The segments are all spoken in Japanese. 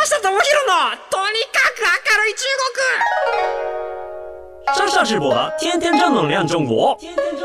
下智博のとにかく明るい中国。上上直播的天天正能量中国。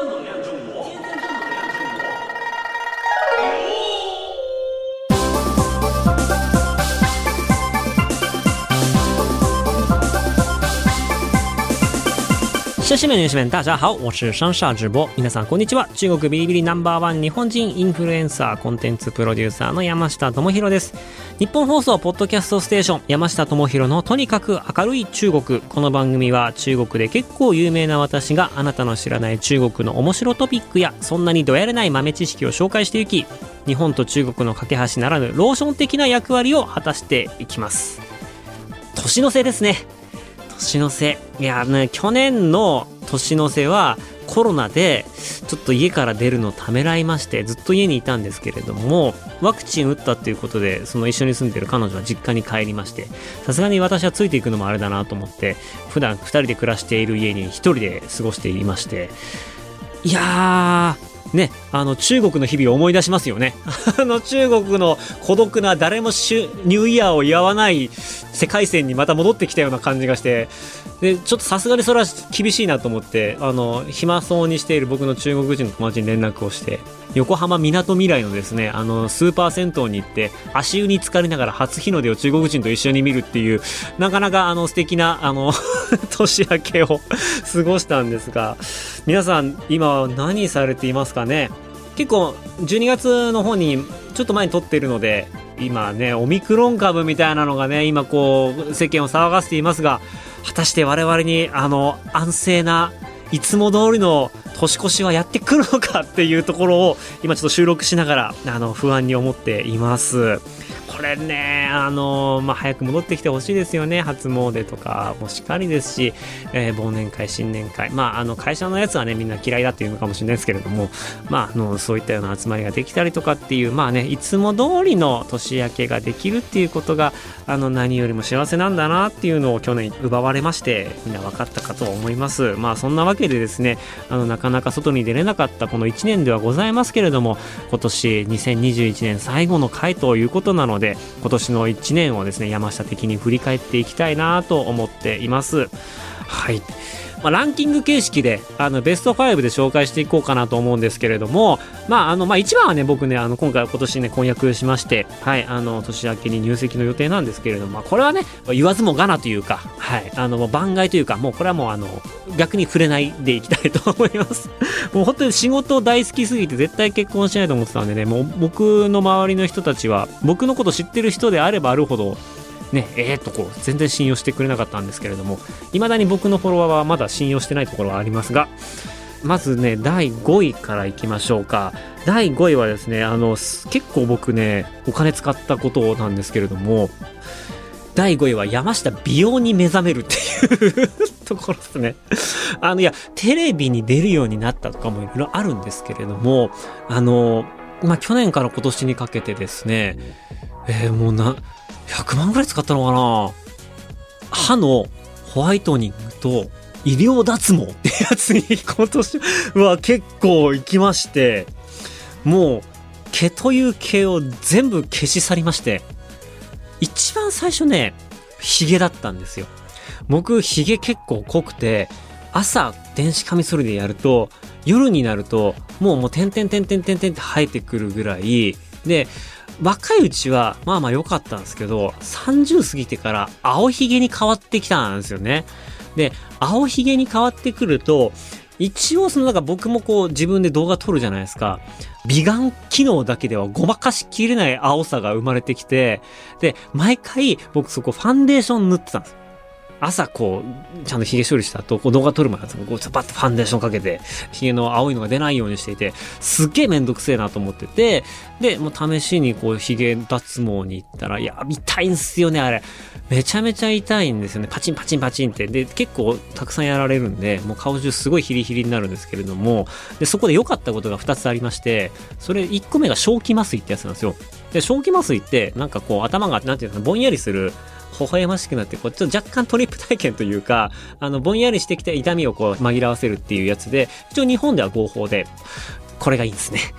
シャシメニューシメン大家好，我是上下直播。皆さんこんにちは。中国ビリビリナンバーワン日本人インフルエンサーコンテンツプロデューサーの山下智博です。日本放送ポッドキャストステーション山下智博のとにかく明るい中国。この番組は中国で結構有名な私があなたの知らない中国の面白トピックやそんなにどやれない豆知識を紹介していき、日本と中国の架け橋ならぬローション的な役割を果たしていきます。年の瀬ですね。年の瀬、いやね、去年の年の瀬はコロナでちょっと家から出るのためらいましてずっと家にいたんですけれども、ワクチン打ったっていうことでその一緒に住んでる彼女は実家に帰りまして、さすがに私はついていくのもあれだなと思って普段2人で暮らしている家に1人で過ごしていまして、いやーね、中国の日々を思い出しますよね。中国の孤独な誰もニューイヤーを祝わない世界線にまた戻ってきたような感じがして、でちょっとさすがにそれは厳しいなと思って、暇そうにしている僕の中国人の友達に連絡をして、横浜みなとみらいのですね、スーパー銭湯に行って足湯に浸かりながら初日の出を中国人と一緒に見るっていう、なかなか素敵な年明けを過ごしたんですが、皆さん今何されていますかね。結構12月の方にちょっと前に撮っているので、今ねオミクロン株みたいなのがね今こう世間を騒がせていますが、果たして我々に安静ないつも通りの年越しはやってくるのかっていうところを今ちょっと収録しながら不安に思っています。これね早く戻ってきてほしいですよね。初詣とかもしっかりですし、忘年会新年会、会社のやつはねみんな嫌いだっていうのかもしれないですけれども、そういったような集まりができたりとかっていういつも通りの年明けができるっていうことが何よりも幸せなんだなっていうのを去年奪われまして、みんな分かったかと思います。そんなわけでですね、なかなか外に出れなかったこの1年ではございますけれども、今年2021年最後の回ということなので、今年の1年をですね山下的に振り返っていきたいなと思っています。はい、ランキング形式でベスト5で紹介していこうかなと思うんですけれども、一番はね僕ね今年ね婚約しまして、はい、年明けに入籍の予定なんですけれども、これはね言わずもがなというか、はい、もう番外というか、もうこれはもう逆に触れないでいきたいと思います。もう本当に仕事大好きすぎて絶対結婚しないと思ってたんでね、もう僕の周りの人たちは僕のこと知ってる人であればあるほどね、全然信用してくれなかったんですけれども、未だに僕のフォロワーはまだ信用してないところはありますが、まずね第5位からいきましょうか。第5位はですね結構僕ねお金使ったことなんですけれども、第5位は山下美容に目覚めるっていうところですね。いやテレビに出るようになったとかもいろいろあるんですけれども、去年から今年にかけてですね、もう100万ぐらい使ったのかな。歯のホワイトニングと医療脱毛ってやつに今年は結構行きまして、もう毛という毛を全部消し去りまして、一番最初ねヒゲだったんですよ。僕ヒゲ結構濃くて、朝電子カミソリでやると夜になるともう点々って生えてくるぐらいで、若いうちは良かったんですけど、30過ぎてから青ひげに変わってきたんですよね。で青ひげに変わってくると一応僕も自分で動画撮るじゃないですか。美顔機能だけではごまかしきれない青さが生まれてきて、で毎回僕そこファンデーション塗ってたんです。朝ちゃんとヒゲ処理した後動画撮る前にバッとファンデーションかけてヒゲの青いのが出ないようにしていて、すっげえめんどくせえなと思ってて、でもう試しにヒゲ脱毛に行ったら、いや痛いんすよね。あれめちゃめちゃ痛いんですよね。パチンパチンパチンって。で結構たくさんやられるんで、もう顔中すごいヒリヒリになるんですけれども、でそこで良かったことが2つありまして、それ1個目が正気麻酔ってやつなんですよ。で正気麻酔って頭がなんていうのぼんやりする、微笑ましくなってちょっと若干トリップ体験というか、ぼんやりしてきた痛みを紛らわせるっていうやつで、一応日本では合法でこれがいいんですね。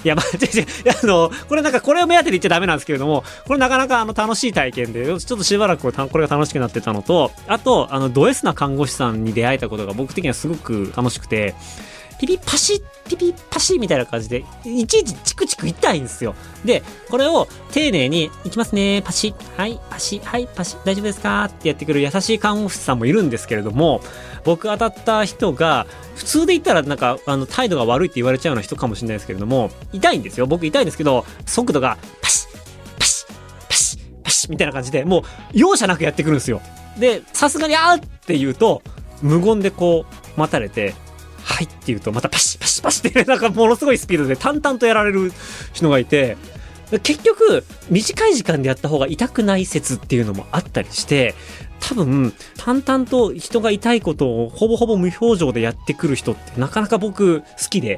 いや、これなんかこれを目当てで言っちゃダメなんですけれども、これなかなか楽しい体験で、ちょっとしばらくこれが楽しくなってたのと、あと、ド S な看護師さんに出会えたことが僕的にはすごく楽しくて、ピピパシッピピパシッみたいな感じでいちいちチクチク痛いんですよ。でこれを丁寧にいきますね、パシッ、はいパシッ、はいパシッ、大丈夫ですかってやってくる優しい看護師さんもいるんですけれども、僕当たった人が普通で言ったらなんか態度が悪いって言われちゃうような人かもしれないですけれども、痛いんですよ。僕痛いんですけど、速度がパシッパシッパシッパシッみたいな感じでもう容赦なくやってくるんですよ。でさすがにあーって言うと無言でこう待たれて、はいって言うとまたパシッパシッパシッってなんかものすごいスピードで淡々とやられる人がいて、結局短い時間でやった方が痛くない説っていうのもあったりして、多分淡々と人が痛いことをほぼほぼ無表情でやってくる人ってなかなか僕好きで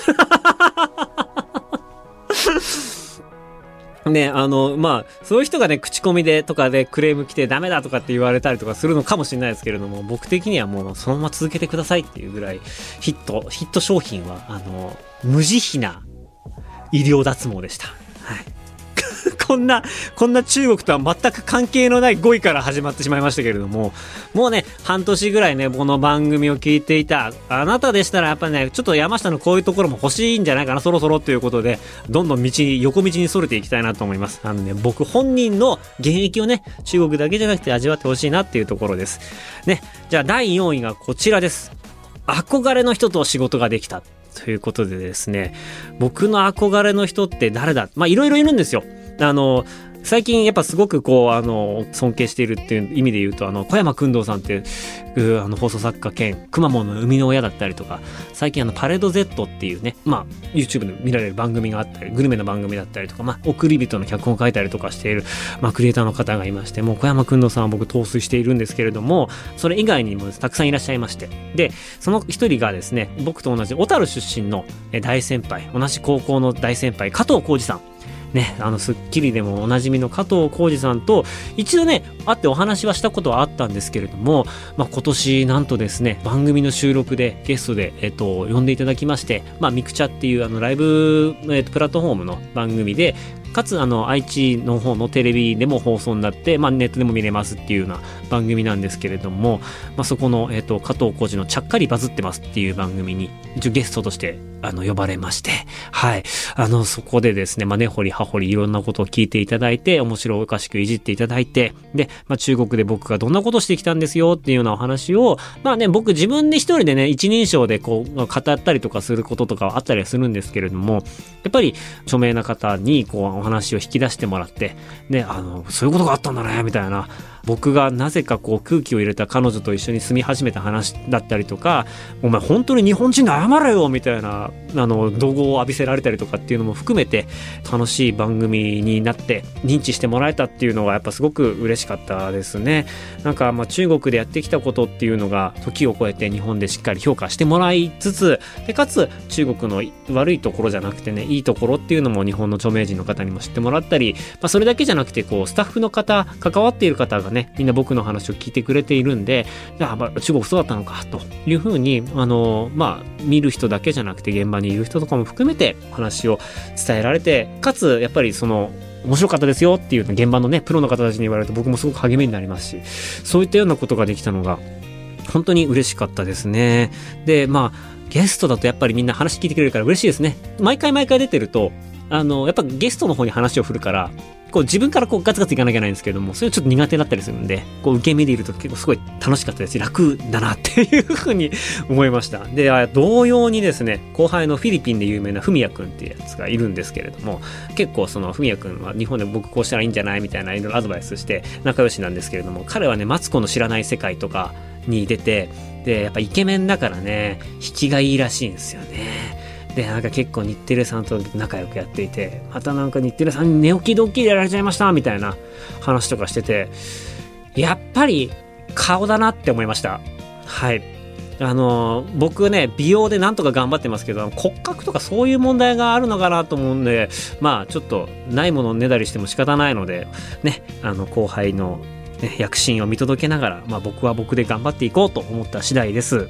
ね、まあそういう人がね口コミでとかでクレーム来てダメだとかって言われたりとかするのかもしれないですけれども、僕的にはもうそのまま続けてくださいっていうぐらいヒット商品は無慈悲な医療脱毛でした。はいこんな中国とは全く関係のない語彙から始まってしまいましたけれども、もうね半年ぐらいねこの番組を聞いていたあなたでしたらやっぱねちょっと山下のこういうところも欲しいんじゃないかな、そろそろということでどんどん横道にそれていきたいなと思います。僕本人の現役をね中国だけじゃなくて味わってほしいなっていうところですね。じゃあ第4位がこちらです。憧れの人と仕事ができたということでですね、僕の憧れの人って誰だ、まあいろいろいるんですよ。最近やっぱすごくこう尊敬しているっていう意味で言うと小山薫堂さんっていう放送作家兼くまモンの生みの親だったりとか、最近パレード Z っていうね、まあ YouTube で見られる番組があったり、グルメの番組だったりとか、まあ送り人の脚本を書いたりとかしているまあクリエイターの方がいまして、もう小山薫堂さんは僕陶酔しているんですけれども、それ以外にもたくさんいらっしゃいまして、でその一人がですね、僕と同じ小樽出身の大先輩、同じ高校の大先輩加藤浩次さんね、スッキリでもおなじみの加藤浩次さんと一度ね会ってお話はしたことはあったんですけれども、まあ、今年なんとですね番組の収録でゲストで、呼んでいただきまして、まあ、ミクチャっていうライブ、プラットフォームの番組で、かつ愛知の方のテレビでも放送になって、まあ、ネットでも見れますっていうような番組なんですけれども、まあ、そこの、加藤浩次のちゃっかりバズってますっていう番組に一応ゲストとして呼ばれまして、はい、そこでですね、まあ、根掘り葉掘りいろんなことを聞いていただいて、面白おかしくいじっていただいて、で、まあ、中国で僕がどんなことしてきたんですよっていうようなお話を、まあね、僕自分で一人でね一人称でこう語ったりとかすることとかはあったりはするんですけれども、やっぱり著名な方にこうお話を引き出してもらって、ね、そういうことがあったんだねみたいな、僕がなぜかこう空気を入れた彼女と一緒に住み始めた話だったりとか、お前本当に日本人で謝れよみたいな怒号を浴びせられたりとかっていうのも含めて楽しい番組になって認知してもらえたっていうのがやっぱすごく嬉しかったですね。なんかまあ中国でやってきたことっていうのが時を超えて日本でしっかり評価してもらいつつ、でかつ中国の悪いところじゃなくてね、いいところっていうのも日本の著名人の方にも知ってもらったり、まあ、それだけじゃなくてこうスタッフの方、関わっている方がね、みんな僕の話を聞いてくれているんで、まあ、中国そうだったのかというふうにまあ見る人だけじゃなくて現場にいる人とかも含めて話を伝えられて、かつやっぱりその面白かったですよっていう現場のねプロの方たちに言われると僕もすごく励みになりますし、そういったようなことができたのが本当に嬉しかったですね。でまあゲストだとやっぱりみんな話聞いてくれるから嬉しいですね。毎回出てるとやっぱゲストの方に話を振るからこう自分からこうガツガツいかなきゃいけないんですけども、それちょっと苦手だったりするんで、こう受け身でいると結構すごい楽しかったですし、楽だなっていうふうに思いました。で同様にですね、後輩のフィリピンで有名なフミヤくんっていうやつがいるんですけれども、結構そのフミヤくんは日本で僕こうしたらいいんじゃないみたいないろいろアドバイスして仲良しなんですけれども、彼はねマツコの知らない世界とかに出て、でやっぱイケメンだからね引きがいいらしいんですよね。でなんか結構日テレさんと仲良くやっていて、またなんか日テレさんに寝起きドッキリやられちゃいましたみたいな話とかしてて、やっぱり顔だなって思いました。はい、僕ね美容でなんとか頑張ってますけど、骨格とかそういう問題があるのかなと思うんで、まあちょっとないものをねだりしても仕方ないのでね、後輩の、ね、躍進を見届けながら、まあ僕は僕で頑張っていこうと思った次第です。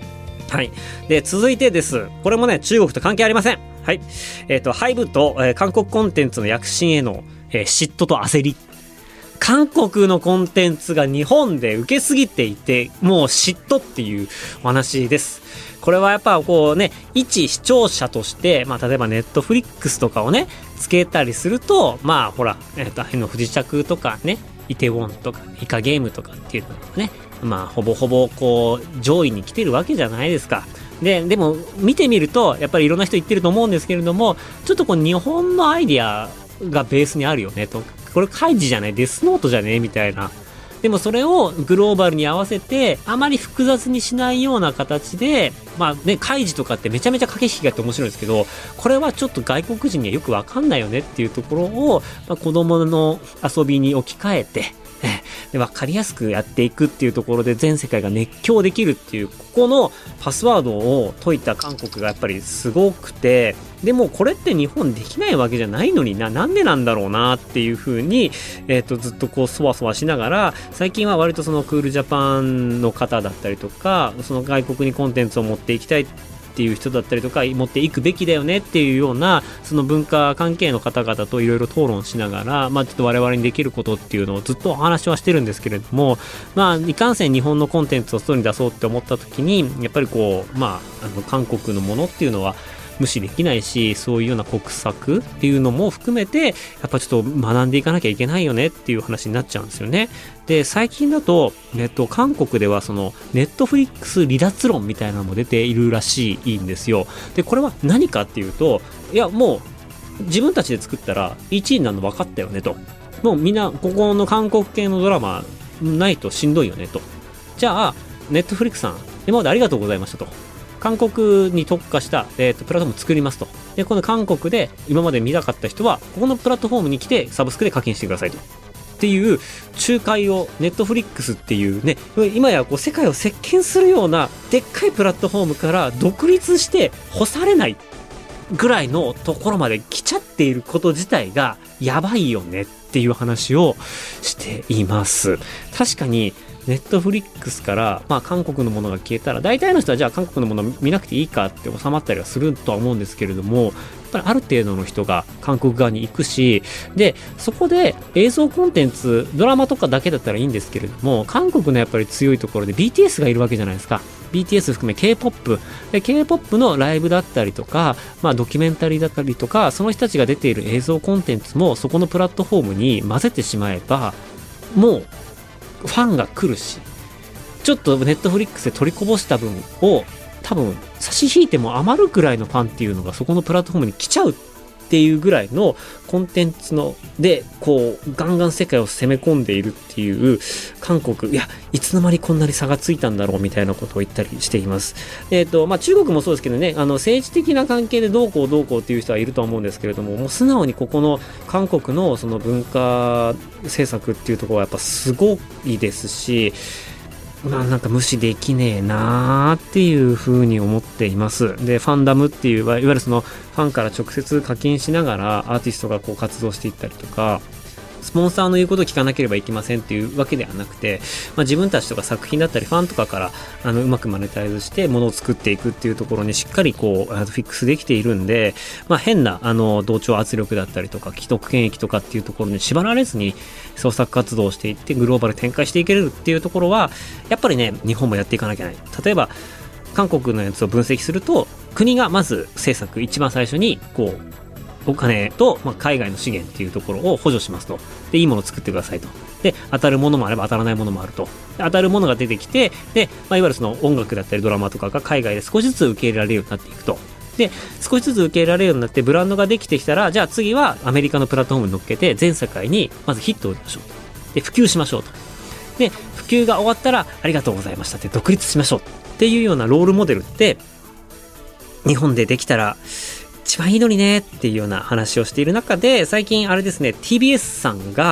はい。で、続いてです。これもね、中国と関係ありません。はい。ハイブと、韓国コンテンツの躍進への、嫉妬と焦り。韓国のコンテンツが日本で受けすぎていて、もう嫉妬っていうお話です。これはやっぱこうね、一視聴者として、まあ例えばネットフリックスとかをね、つけたりすると、まあほら、不時着とかね、イテウォンとかイカゲームとかっていうのがね、まあほぼほぼこう上位に来てるわけじゃないですか。でも見てみるとやっぱりいろんな人言ってると思うんですけれども、ちょっとこう日本のアイディアがベースにあるよねと、これカイジじゃないデスノートじゃねみたいな。でもそれをグローバルに合わせてあまり複雑にしないような形で、まあね、カイジとかってめちゃめちゃ駆け引きがあって面白いんですけど、これはちょっと外国人にはよくわかんないよねっていうところを、まあ、子供の遊びに置き換えてで分かりやすくやっていくっていうところで全世界が熱狂できるっていう、ここのパスワードを解いた韓国がやっぱりすごくて、でもこれって日本できないわけじゃないのになんでなんだろうなっていう風に、ずっとこうそわそわしながら、最近は割とそのクールジャパンの方だったりとか、その外国にコンテンツを持っていきたいっていう人だったりとか、持っていくべきだよねっていうようなその文化関係の方々といろいろ討論しながら、まあちょっと我々にできることっていうのをずっとお話はしてるんですけれども、まあいかんせん日本のコンテンツを外に出そうって思った時に、やっぱりこうまあ韓国のものっていうのは無視できないし、そういうような国策っていうのも含めてやっぱちょっと学んでいかなきゃいけないよねっていう話になっちゃうんですよね。で、最近だと韓国ではそのネットフリックス離脱論みたいなのも出ているらしいんですよ。で、これは何かっていうと、いやもう自分たちで作ったら1位になるの分かったよねと、もうみんなここの韓国系のドラマないとしんどいよねと、じゃあネットフリックスさん今までありがとうございましたと、韓国に特化した、プラットフォーム作りますと。で、この韓国で今まで見たかった人はここのプラットフォームに来てサブスクで課金してくださいと。っていう仲介をネットフリックスっていうね、今やこう世界を席巻するようなでっかいプラットフォームから独立して干されないぐらいのところまで来ちゃっていること自体がやばいよねっていう話をしています。確かにネットフリックスから、まあ、韓国のものが消えたら大体の人はじゃあ韓国のもの見なくていいかって収まったりはするとは思うんですけれども、やっぱりある程度の人が韓国側に行くし、でそこで映像コンテンツドラマとかだけだったらいいんですけれども、韓国のやっぱり強いところで BTS がいるわけじゃないですか。 BTS 含め K-POP で K-POP のライブだったりとか、まあ、ドキュメンタリーだったりとか、その人たちが出ている映像コンテンツもそこのプラットフォームに混ぜてしまえばもうファンが来るし、ちょっとネットフリックスで取りこぼした分を多分差し引いても余るくらいのファンっていうのがそこのプラットフォームに来ちゃうっていうぐらいのコンテンツのでこうガンガン世界を攻め込んでいるっていう韓国、いやいつの間にこんなに差がついたんだろうみたいなことを言ったりしています。まあ中国もそうですけどね、政治的な関係でどうこうっていう人はいるとは思うんですけれども、もう素直にここの韓国のその文化政策っていうところはやっぱすごいですし、まあなんか無視できねえなーっていう風に思っています。で、ファンダムっていういわゆるそのファンから直接課金しながらアーティストがこう活動していったりとか、スポンサーの言うことを聞かなければいけませんっていうわけではなくて、まあ、自分たちとか作品だったりファンとかからうまくマネタイズしてものを作っていくっていうところにしっかりこうフィックスできているんで、まあ、変な同調圧力だったりとか既得権益とかっていうところに縛られずに創作活動をしていってグローバル展開していけるっていうところはやっぱりね日本もやっていかなきゃいけない。例えば韓国のやつを分析すると、国がまず政策一番最初にこうお金と、まあ、海外の資源っていうところを補助しますと。で、いいものを作ってくださいと。で、当たるものもあれば当たらないものもあると。で、当たるものが出てきて、で、まあ、いわゆるその音楽だったりドラマとかが海外で少しずつ受け入れられるようになっていくと。で、少しずつ受け入れられるようになってブランドができてきたら、じゃあ次はアメリカのプラットフォームに乗っけて全世界にまずヒットを打ちましょう。で、普及しましょうと。で、普及が終わったらありがとうございましたって独立しましょうっていうようなロールモデルって日本でできたら一番いいのにねっていうような話をしている中で、最近あれですね、TBS さんが、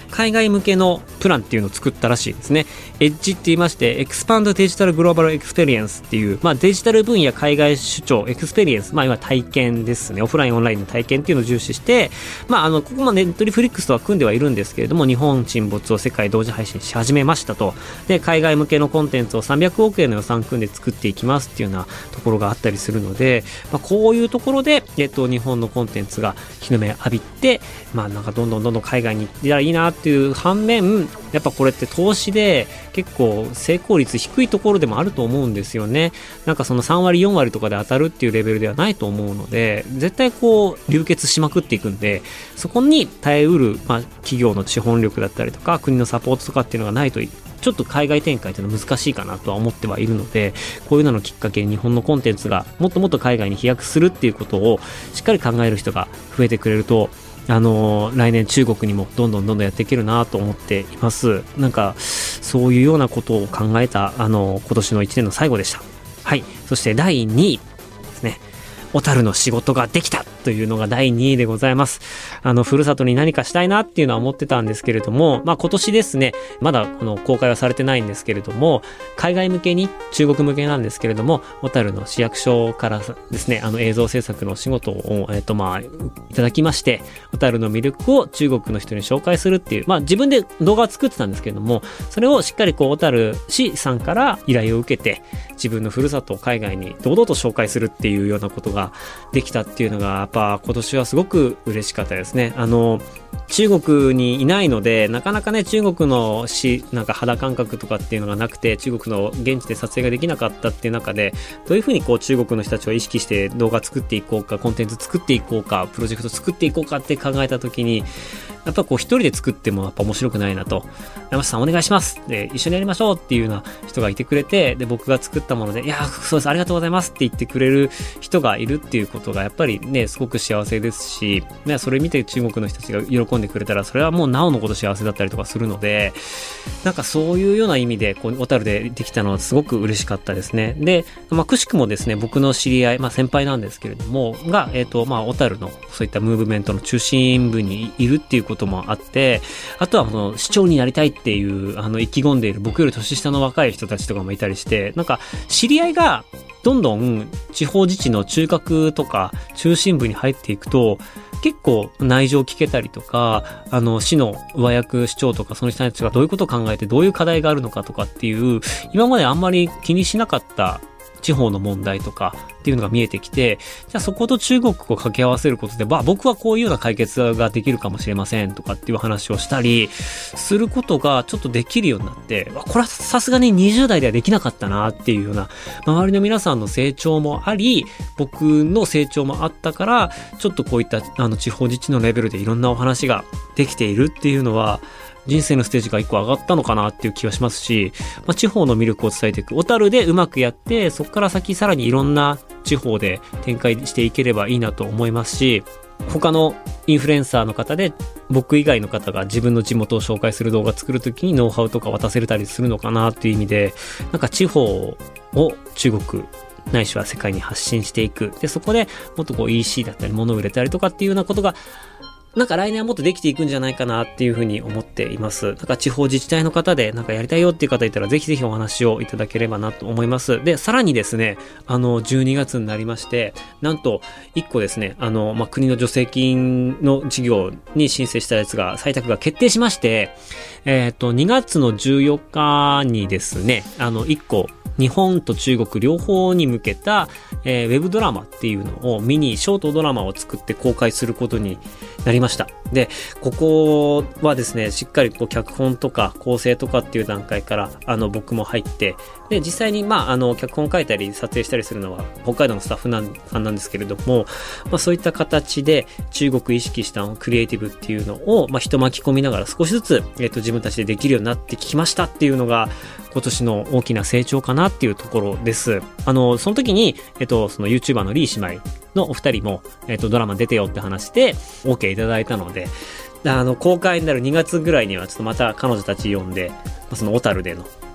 海外向けのプランっていうのを作ったらしいですね。エッジって言いまして、エクスパンドデジタルグローバルエクスペリエンスっていう、デジタル分野海外出張エクスペリエンス、今体験ですね。オフラインオンラインの体験っていうのを重視して、ここもネットリフリックスとは組んではいるんですけれども、日本沈没を世界同時配信し始めましたと。で、海外向けのコンテンツを300億円の予算組んで作っていきますっていうようなところがあったりするので、こういうところで、日本のコンテンツが日の目浴びて、どんどん海外に行ったらいいなっていう反面、やっぱこれって投資で結構成功率低いところでもあると思うんですよね。その3割4割とかで当たるっていうレベルではないと思うので、絶対流血しまくっていくんで、そこに耐えうる、企業の資本力だったりとか国のサポートとかっていうのがないとちょっと海外展開っていうのは難しいかなとは思ってはいるので、こういうののきっかけに日本のコンテンツがもっともっと海外に飛躍するっていうことをしっかり考える人が増えてくれると、来年中国にもどんどんやっていけるなと思っています。そういうようなことを考えた今年の1年の最後でした。はい。そして第2位ですね。小樽の仕事ができたというのが第2位でございます。ふるさとに何かしたいなっていうのは思ってたんですけれども、今年ですね、まだ公開はされてないんですけれども、海外向けに、中国向けなんですけれども、小樽の市役所からですね、映像制作の仕事を、いただきまして、小樽の魅力を中国の人に紹介するっていう、自分で動画を作ってたんですけれども、それをしっかり小樽市さんから依頼を受けて、自分のふるさとを海外に堂々と紹介するっていうようなことができたっていうのが、やっぱ今年はすごく嬉しかったですね。中国にいないので、なかなかね、中国の肌感覚とかっていうのがなくて、中国の現地で撮影ができなかったっていう中で、どういうふうに中国の人たちを意識して動画作っていこうか、コンテンツ作っていこうか、プロジェクト作っていこうかって考えたときに、やっぱ一人で作ってもやっぱ面白くないなと。山下さんお願いしますで、一緒にやりましょうっていうような人がいてくれて、で、僕が作ったもので、いや、そうです、ありがとうございますって言ってくれる人がいるっていうことがやっぱりね、すごく幸せですし、ね、それ見て中国の人たちが喜んでくれたら、それはもうなおのこと幸せだったりとかするので、そういうような意味で、小樽でできたのはすごく嬉しかったですね。で、くしくもですね、僕の知り合い、先輩なんですけれども、が、小樽のそういったムーブメントの中心部にいるっていうこともあって、あとは市長になりたいっていう、意気込んでいる僕より年下の若い人たちとかもいたりして、知り合いがどんどん地方自治の中核とか中心部に入っていくと、結構内情聞けたりとか、市の上役市長とかその人たちがどういうことを考えてどういう課題があるのかとかっていう、今まであんまり気にしなかった地方の問題とかっていうのが見えてきて、じゃあそこと中国を掛け合わせることで、僕はこういうような解決ができるかもしれませんとかっていう話をしたりすることがちょっとできるようになって、これはさすがに20代ではできなかったなっていうような、周りの皆さんの成長もあり、僕の成長もあったから、ちょっとこういった地方自治のレベルでいろんなお話ができているっていうのは、人生のステージが一個上がったのかなっていう気はしますし、地方の魅力を伝えていく。小樽でうまくやって、そこから先さらにいろんな地方で展開していければいいなと思いますし、他のインフルエンサーの方で僕以外の方が自分の地元を紹介する動画作るときにノウハウとか渡せれたりするのかなっていう意味で、地方を中国ないしは世界に発信していく。で、そこでもっとEC だったり物を売れたりとかっていうようなことが来年はもっとできていくんじゃないかなっていうふうに思っています。地方自治体の方でやりたいよっていう方いたらぜひぜひお話をいただければなと思います。で、さらにですね、12月になりまして、なんと1個ですね、国の助成金の事業に申請したやつが採択が決定しまして、2月の14日にですね、1個日本と中国両方に向けた、ウェブドラマっていうのをショートドラマを作って公開することになりました。で、ここはですね、しっかり脚本とか構成とかっていう段階から僕も入って、で、実際に脚本書いたり撮影したりするのは北海道のスタッフさんなんですけれども、そういった形で中国意識したクリエイティブっていうのを人巻き込みながら少しずつ自分たちでできるようになってきましたっていうのが今年の大きな成長かなっていうところです。その時にその YouTuber のリー姉妹のお二人もドラマ出てよって話で OK いただいたので、公開になる2月ぐらいにはちょっとまた彼女たち呼んで、その小樽での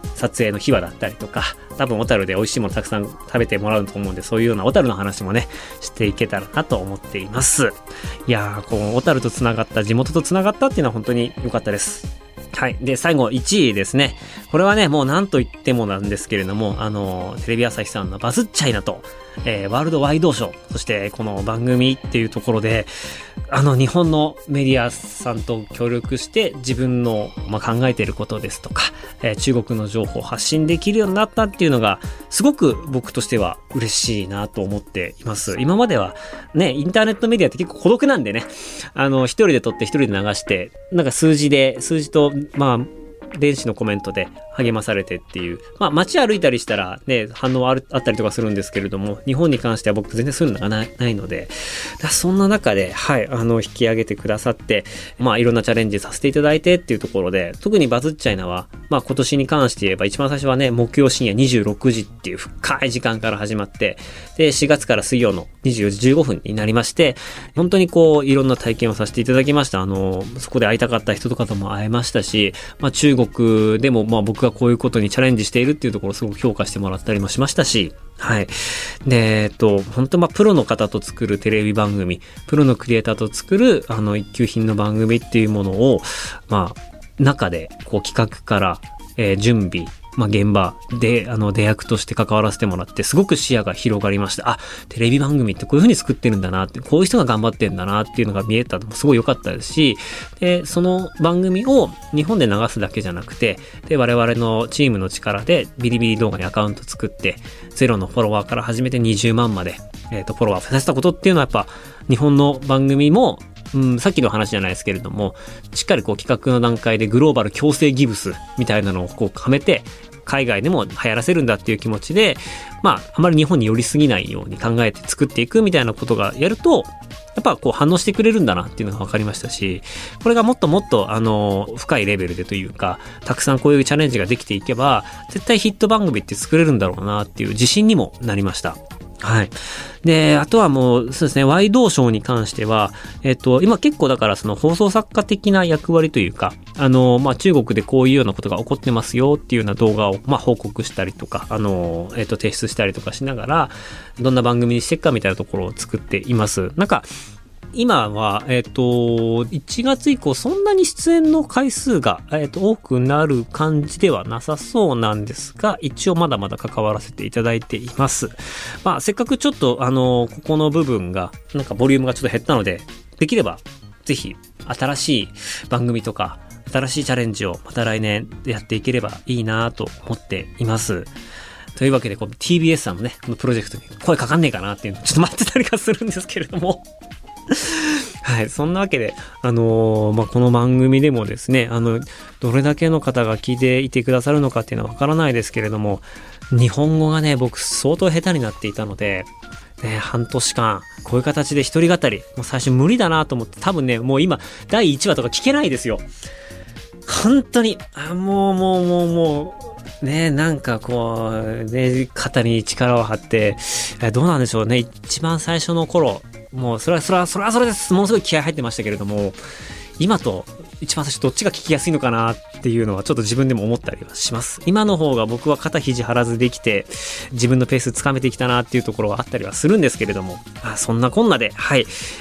撮影の秘話だったりとか、多分小樽で美味しいものたくさん食べてもらうと思うんで、そういうような小樽の話もねしていけたらなと思っています。いやー、こう小樽とつながった、地元とつながったっていうのは本当に良かったです。はい。で、最後1位ですね。これはね、もう何と言ってもなんですけれども、テレビ朝日さんのバズっちゃいなと、ワールドワイドショー、そしてこの番組っていうところで、日本のメディアさんと協力して自分の、考えていることですとか、中国の情報を発信できるようになったっていうのが、すごく僕としては嬉しいなと思っています。今まではね、インターネットメディアって結構孤独なんでね、一人で撮って一人で流して、なんか数字と、電子のコメントで励まされてっていう、街歩いたりしたらね、反応あったりとかするんですけれども、日本に関しては僕全然そういうのがないので、そんな中で、はい、引き上げてくださって、いろんなチャレンジさせていただいてっていうところで、特にバズっちゃいなは、今年に関して言えば一番最初はね、木曜深夜26時っていう深い時間から始まって、で、4月から水曜の24時15分になりまして、本当にこう、いろんな体験をさせていただきました。そこで会いたかった人とかとも会えましたし、中国でも僕がこういうことにチャレンジしているっていうところをすごく評価してもらったりもしましたし、はい。で、本当プロの方と作るテレビ番組、プロのクリエイターと作る一級品の番組っていうものを、中でこう企画から、準備、現場で出役として関わらせてもらってすごく視野が広がりました。テレビ番組ってこういう風に作ってるんだなって、こういう人が頑張ってんだなっていうのが見えたのもすごい良かったですし、でその番組を日本で流すだけじゃなくて、で我々のチームの力でビリビリ動画にアカウント作って0のフォロワーから始めて20万までフォロワー増やせたことっていうのはやっぱ日本の番組もさっきの話じゃないですけれども、しっかりこう企画の段階でグローバル強制ギブスみたいなのをこうはめて海外でも流行らせるんだっていう気持ちで、あまり日本に寄りすぎないように考えて作っていくみたいなことがやると、やっぱこう反応してくれるんだなっていうのが分かりましたし、これがもっともっと深いレベルでというか、たくさんこういうチャレンジができていけば絶対ヒット番組って作れるんだろうなっていう自信にもなりました。はい。で、あとはもう、そうですね、ワイドショーに関しては、今結構だからその放送作家的な役割というか、中国でこういうようなことが起こってますよっていうような動画を、報告したりとか、提出したりとかしながら、どんな番組にしていくかみたいなところを作っています。なんか、今は、1月以降そんなに出演の回数が、多くなる感じではなさそうなんですが、一応まだまだ関わらせていただいています。せっかくちょっと、ここの部分が、なんかボリュームがちょっと減ったので、できれば、ぜひ、新しい番組とか、新しいチャレンジをまた来年やっていければいいなと思っています。というわけで、この TBS さんのね、このプロジェクトに声かかんねえかなっていうのをちょっと待ってたりはするんですけれども。はい。そんなわけで、この番組でもですね、どれだけの方が聞いていてくださるのかっていうのはわからないですけれども、日本語がね、僕相当下手になっていたので、ね、半年間、こういう形で一人語り、もう最初無理だなと思って、多分ね、もう今、第1話とか聞けないですよ。本当に、もう、ね、なんかこう、ね、肩に力を張って、どうなんでしょうね、一番最初の頃、もうそれはそれです。ものすごい気合入ってましたけれども、今と一番最初どっちが聞きやすいのかなっていうのはちょっと自分でも思ったりはします。今の方が僕は肩肘張らずできて自分のペースつかめてきたなっていうところはあったりはするんですけれども、そんなこんなで、はい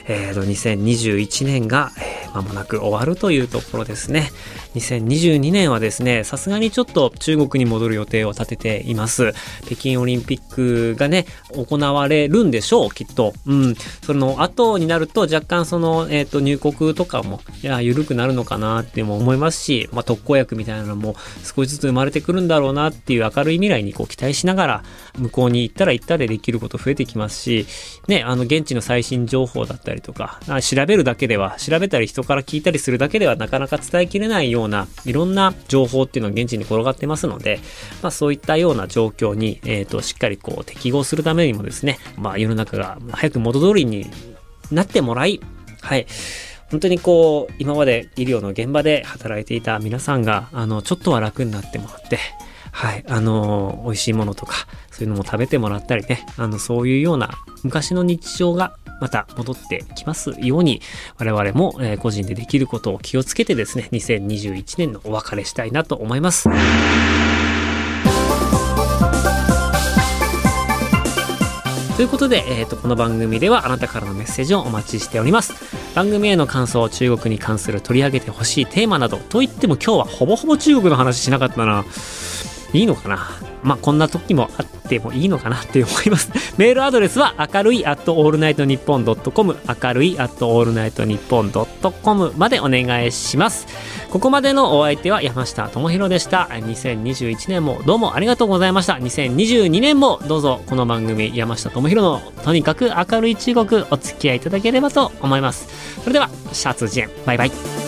、2021年が、間もなく終わるというところですね。2022年はですね、さすがにちょっと中国に戻る予定を立てています。北京オリンピックがね、行われるんでしょう、きっと。その後になると若干その、入国とかも、緩くなるのかなっても思いますし、特効薬みたいなのも少しずつ生まれてくるんだろうなっていう明るい未来にこう期待しながら、向こうに行ったら行ったでできること増えてきますし、ね、現地の最新情報だったりとか、調べるだけでは、調べたり人から聞いたりするだけではなかなか伝えきれないようないろんな情報っていうのが現地に転がってますので、そういったような状況に、しっかりこう適合するためにもですね、世の中が早く元通りになってもらい、はい、本当にこう今まで医療の現場で働いていた皆さんがちょっとは楽になってもらって、はい、美味しいものとかそういうのも食べてもらったりね、そういうような昔の日常がまた戻ってきますように、我々も、個人でできることを気をつけてですね、2021年のお別れしたいなと思います。 ということで、この番組ではあなたからのメッセージをお待ちしております。番組への感想、中国に関する取り上げてほしいテーマなどといっても今日はほぼほぼ中国の話しなかったな。いいのかな。まあこんな時もあってもいいのかなって思います。メールアドレスは明るい@allnightnippon.com、明るい@allnightnippon.com までお願いします。ここまでのお相手は山下智博でした。2021年もどうもありがとうございました。2022年もどうぞこの番組山下智博のとにかく明るい中国お付き合いいただければと思います。それではシャツジェン、バイバイ。